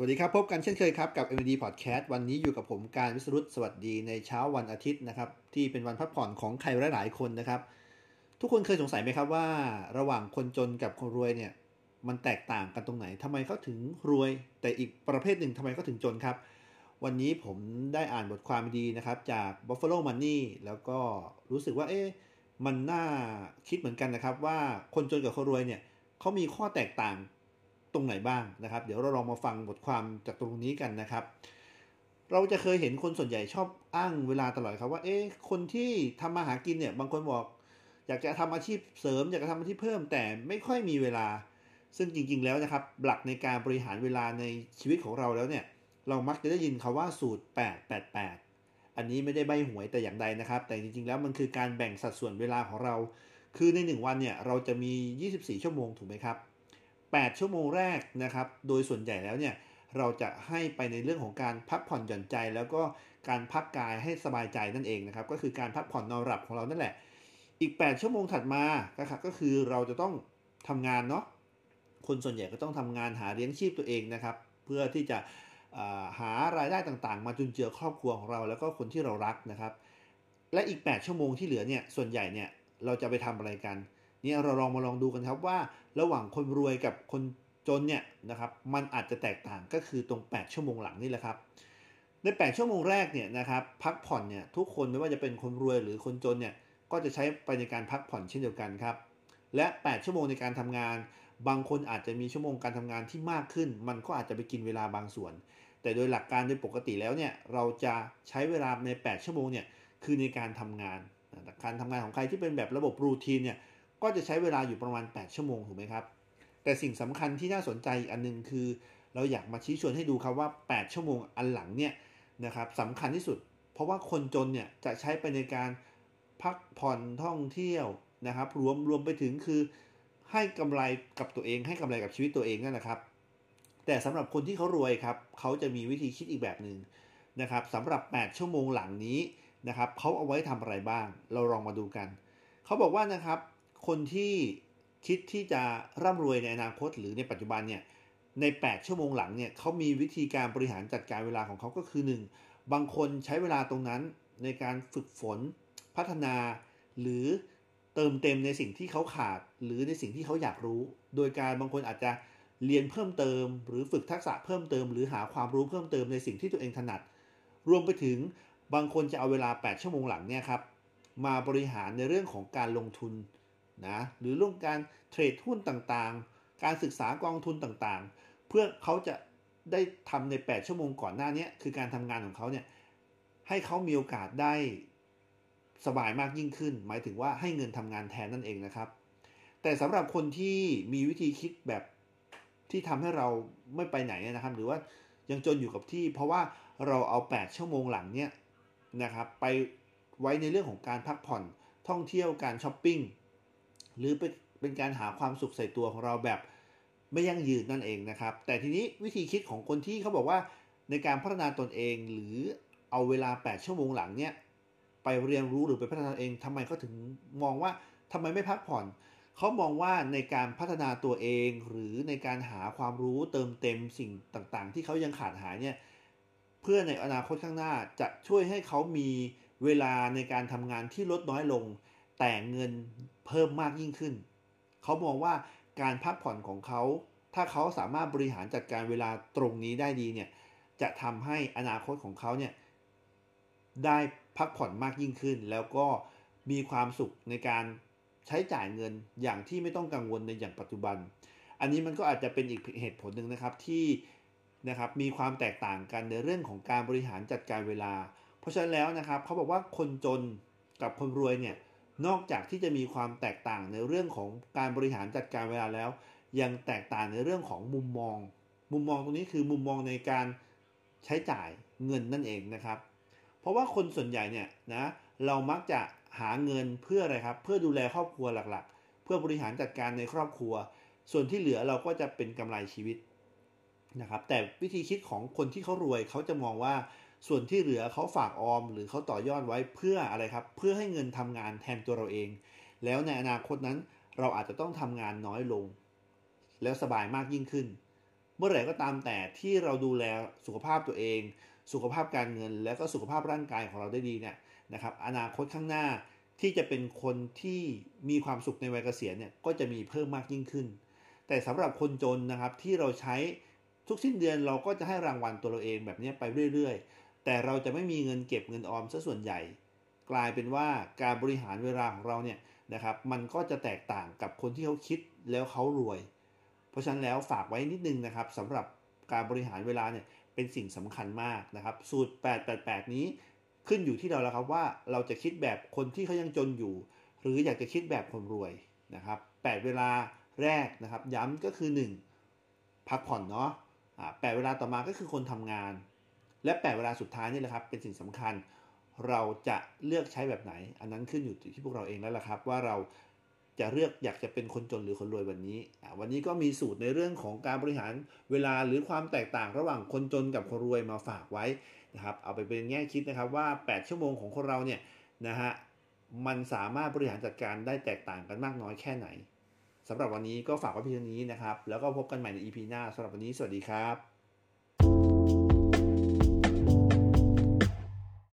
วัสดีครับพบกันเช่นเคยครับกับ MD Podcast วันนี้อยู่กับผมการวิสรุตสวัสดีในเช้าวันอาทิตย์นะครับที่เป็นวันพักผ่อนของใครหลายๆคนนะครับทุกคนเคยสงสัยไหมครับว่าระหว่างคนจนกับคนรวยเนี่ยมันแตกต่างกันตรงไหนทำไมเขาถึงรวยแต่อีกประเภทหนึ่งทำไมเขาถึงจนครับวันนี้ผมได้อ่านบทความดีนะครับจาก Buffalo Money แล้วก็รู้สึกว่ามันน่าคิดเหมือนกันนะครับว่าคนจนกับคนรวยเนี่ยเขามีข้อแตกต่างตรงไหนบ้างนะครับเดี๋ยวเราลองมาฟังบทความจากตรงนี้กันนะครับเราจะเคยเห็นคนส่วนใหญ่ชอบอ้างเวลาตลอดครับว่าคนที่ทำมาหากินเนี่ยบางคนบอกอยากจะทำอาชีพเสริมอยากจะทำอาชีพเพิ่มแต่ไม่ค่อยมีเวลาซึ่งจริงๆแล้วนะครับหลักในการบริหารเวลาในชีวิตของเราแล้วเนี่ยเรามักจะได้ยินคำว่าสูตร888อันนี้ไม่ได้ใบ้หวยแต่อย่างใดนะครับแต่จริงๆแล้วมันคือการแบ่งสัดส่วนเวลาของเราคือใน1วันเนี่ยเราจะมี24ชั่วโมงถูกไหมครับ8ชั่วโมงแรกนะครับโดยส่วนใหญ่แล้วเนี่ยเราจะให้ไปในเรื่องของการพักผ่อนหย่อนใจแล้วก็การพักกายให้สบายใจนั่นเองนะครับก็คือการพักผ่อนนอนหลับของเรานั่นแหละอีก8ชั่วโมงถัดมานะครับก็คือเราจะต้องทำงานเนาะคนส่วนใหญ่ก็ต้องทำงานหาเลี้ยงชีพตัวเองนะครับเพื่อที่จะหารายได้ต่างๆมาจุนเจือครอบครัวของเราแล้วก็คนที่เรารักนะครับและอีก8ชั่วโมงที่เหลือเนี่ยส่วนใหญ่เนี่ยเราจะไปทำอะไรกันเนี่ยเราลองดูกันครับว่าระหว่างคนรวยกับคนจนเนี่ยนะครับมันอาจจะแตกต่างก็คือตรง8ชั่วโมงหลังนี่แหละครับใน8ชั่วโมงแรกเนี่ยนะครับพักผ่อนเนี่ยทุกคนไม่ว่าจะเป็นคนรวยหรือคนจนเนี่ยก็จะใช้ไปในการพักผ่อนเช่นเดียวกันครับและ8ชั่วโมงในการทำงานบางคนอาจจะมีชั่วโมงการทำงานที่มากขึ้นมันก็อาจจะไปกินเวลาบางส่วนแต่โดยหลักการโดยปกติแล้วเนี่ยเราจะใช้เวลาใน8ชั่วโมงเนี่ยคือในการทำงานการทำงานของใครที่เป็นแบบระบบรูทีนเนี่ยก็จะใช้เวลาอยู่ประมาณ8ชั่วโมงถูกไหมครับแต่สิ่งสำคัญที่น่าสนใจอีกอันนึงคือเราอยากมาชี้ชวนให้ดูครับว่า8ชั่วโมงอันหลังเนี่ยนะครับสำคัญที่สุดเพราะว่าคนจนเนี่ยจะใช้ไปในการพักผ่อนท่องเที่ยวนะครับรวมไปถึงคือให้กำไรกับตัวเองให้กำไรกับชีวิตตัวเองนั่นแหละครับแต่สำหรับคนที่เขารวยครับเขาจะมีวิธีคิดอีกแบบหนึ่งนะครับสำหรับ8ชั่วโมงหลังนี้นะครับเขาเอาไว้ทำอะไรบ้างเราลองมาดูกันเขาบอกว่านะครับคนที่คิดที่จะร่ำรวยในอนาคตหรือในปัจจุบันเนี่ยใน8ชั่วโมงหลังเนี่ยเขามีวิธีการบริหารจัดการเวลาของเขาก็คือ1บางคนใช้เวลาตรงนั้นในการฝึกฝนพัฒนาหรือเติมเต็มในสิ่งที่เขาขาดหรือในสิ่งที่เขาอยากรู้โดยการบางคนอาจจะเรียนเพิ่มเติมหรือฝึกทักษะเพิ่มเติมหรือหาความรู้เพิ่มเติมในสิ่งที่ตัวเองถนัดรวมไปถึงบางคนจะเอาเวลา8ชั่วโมงหลังเนี่ยครับมาบริหารในเรื่องของการลงทุนนะหรือเรื่องการเทรดหุ้นต่างๆการศึกษากองทุนต่างๆเพื่อเขาจะได้ทำใน8ชั่วโมงก่อนหน้านี้คือการทำงานของเขาเนี่ยให้เขามีโอกาสได้สบายมากยิ่งขึ้นหมายถึงว่าให้เงินทำงานแทนนั่นเองนะครับแต่สำหรับคนที่มีวิธีคิดแบบที่ทำให้เราไม่ไปไหนนะครับหรือว่ายังจนอยู่กับที่เพราะว่าเราเอา8ชั่วโมงหลังเนี่ยนะครับไปไว้ในเรื่องของการพักผ่อนท่องเที่ยวการช้อปปิ้งหรือเป็นการหาความสุขใส่ตัวของเราแบบไม่ยั่งยืนนั่นเองนะครับแต่ทีนี้วิธีคิดของคนที่เขาบอกว่าในการพัฒนาตนเองหรือเอาเวลา8ชั่วโมงหลังเนี่ยไปเรียนรู้หรือไปพัฒนาเองทำไมเขาถึงมองว่าทำไมไม่พักผ่อนเขามองว่าในการพัฒนาตัวเองหรือในการหาความรู้เติมเต็มสิ่งต่างๆที่เขายังขาดหายเนี่ยเพื่อในอนาคตข้างหน้าจะช่วยให้เขามีเวลาในการทำงานที่ลดน้อยลงแต่เงินเพิ่มมากยิ่งขึ้นเขามองว่าการพักผ่อนของเขาถ้าเขาสามารถบริหารจัดการเวลาตรงนี้ได้ดีเนี่ยจะทำให้อนาคตของเขาเนี่ยได้พักผ่อนมากยิ่งขึ้นแล้วก็มีความสุขในการใช้จ่ายเงินอย่างที่ไม่ต้องกังวลในอย่างปัจจุบันอันนี้มันก็อาจจะเป็นอีกเหตุผลหนึ่งนะครับที่นะครับมีความแตกต่างกันในเรื่องของการบริหารจัดการเวลาเพราะฉะนั้นแล้วนะครับเขาบอกว่าคนจนกับคนรวยเนี่ยนอกจากที่จะมีความแตกต่างในเรื่องของการบริหารจัดการเวลาแล้วยังแตกต่างในเรื่องของมุมมองตรงนี้คือมุมมองในการใช้จ่ายเงินนั่นเองนะครับเพราะว่าคนส่วนใหญ่เนี่ยนะเรามักจะหาเงินเพื่ออะไรครับเพื่อดูแลครอบครัวหลักๆเพื่อบริหารจัดการในครอบครัวส่วนที่เหลือเราก็จะเป็นกำไรชีวิตนะครับแต่วิธีคิดของคนที่เขารวยเขาจะมองว่าส่วนที่เหลือเขาฝากออมหรือเขาต่อยอดไว้เพื่ออะไรครับเพื่อให้เงินทำงานแทนตัวเราเองแล้วในอนาคตนั้นเราอาจจะต้องทำงานน้อยลงแล้วสบายมากยิ่งขึ้นมื่อไหร่ก็ตามแต่ที่เราดูแลสุขภาพตัวเองสุขภาพการเงินและก็สุขภาพร่างกายของเราได้ดีเนี่ยนะครับอนาคตข้างหน้าที่จะเป็นคนที่มีความสุขในวัยเกษียณเนี่ยก็จะมีเพิ่มมากยิ่งขึ้นแต่สำหรับคนจนนะครับที่เราใช้ทุกสิ้นเดือนเราก็จะให้รางวัลตัวเราเองแบบนี้ไปเรื่อยๆแต่เราจะไม่มีเงินเก็บเงินออมซะส่วนใหญ่กลายเป็นว่าการบริหารเวลาของเราเนี่ยนะครับมันก็จะแตกต่างกับคนที่เขาคิดแล้วเขารวยเพราะฉะนั้นแล้วฝากไว้นิดนึงนะครับสำหรับการบริหารเวลาเนี่ยเป็นสิ่งสำคัญมากนะครับสูตร888นี้ขึ้นอยู่ที่เราแล้วครับว่าเราจะคิดแบบคนที่เขายังจนอยู่หรืออยากจะคิดแบบคนรวยนะครับ8เวลาแรกนะครับย้ำก็คือ1พักผ่อนเนาะ8เวลาต่อมาก็คือคนทำงานและ8เวลาสุดท้ายนี่แหละครับเป็นสิ่งสำคัญเราจะเลือกใช้แบบไหนอันนั้นขึ้นอยู่ที่พวกเราเองแล้วล่ะครับว่าเราจะเลือกอยากจะเป็นคนจนหรือคนรวยวันนี้วันนี้ก็มีสูตรในเรื่องของการบริหารเวลาหรือความแตกต่างระหว่างคนจนกับคนรวยมาฝากไว้นะครับเอาไปเป็นแง่คิดนะครับว่า8ชั่วโมงของคนเราเนี่ยนะฮะมันสามารถบริหารจัดการได้แตกต่างกันมากน้อยแค่ไหนสำหรับวันนี้ก็ฝากไว้เพียงนี้นะครับแล้วก็พบกันใหม่ใน EP หน้าสำหรับวันนี้สวัสดีครับ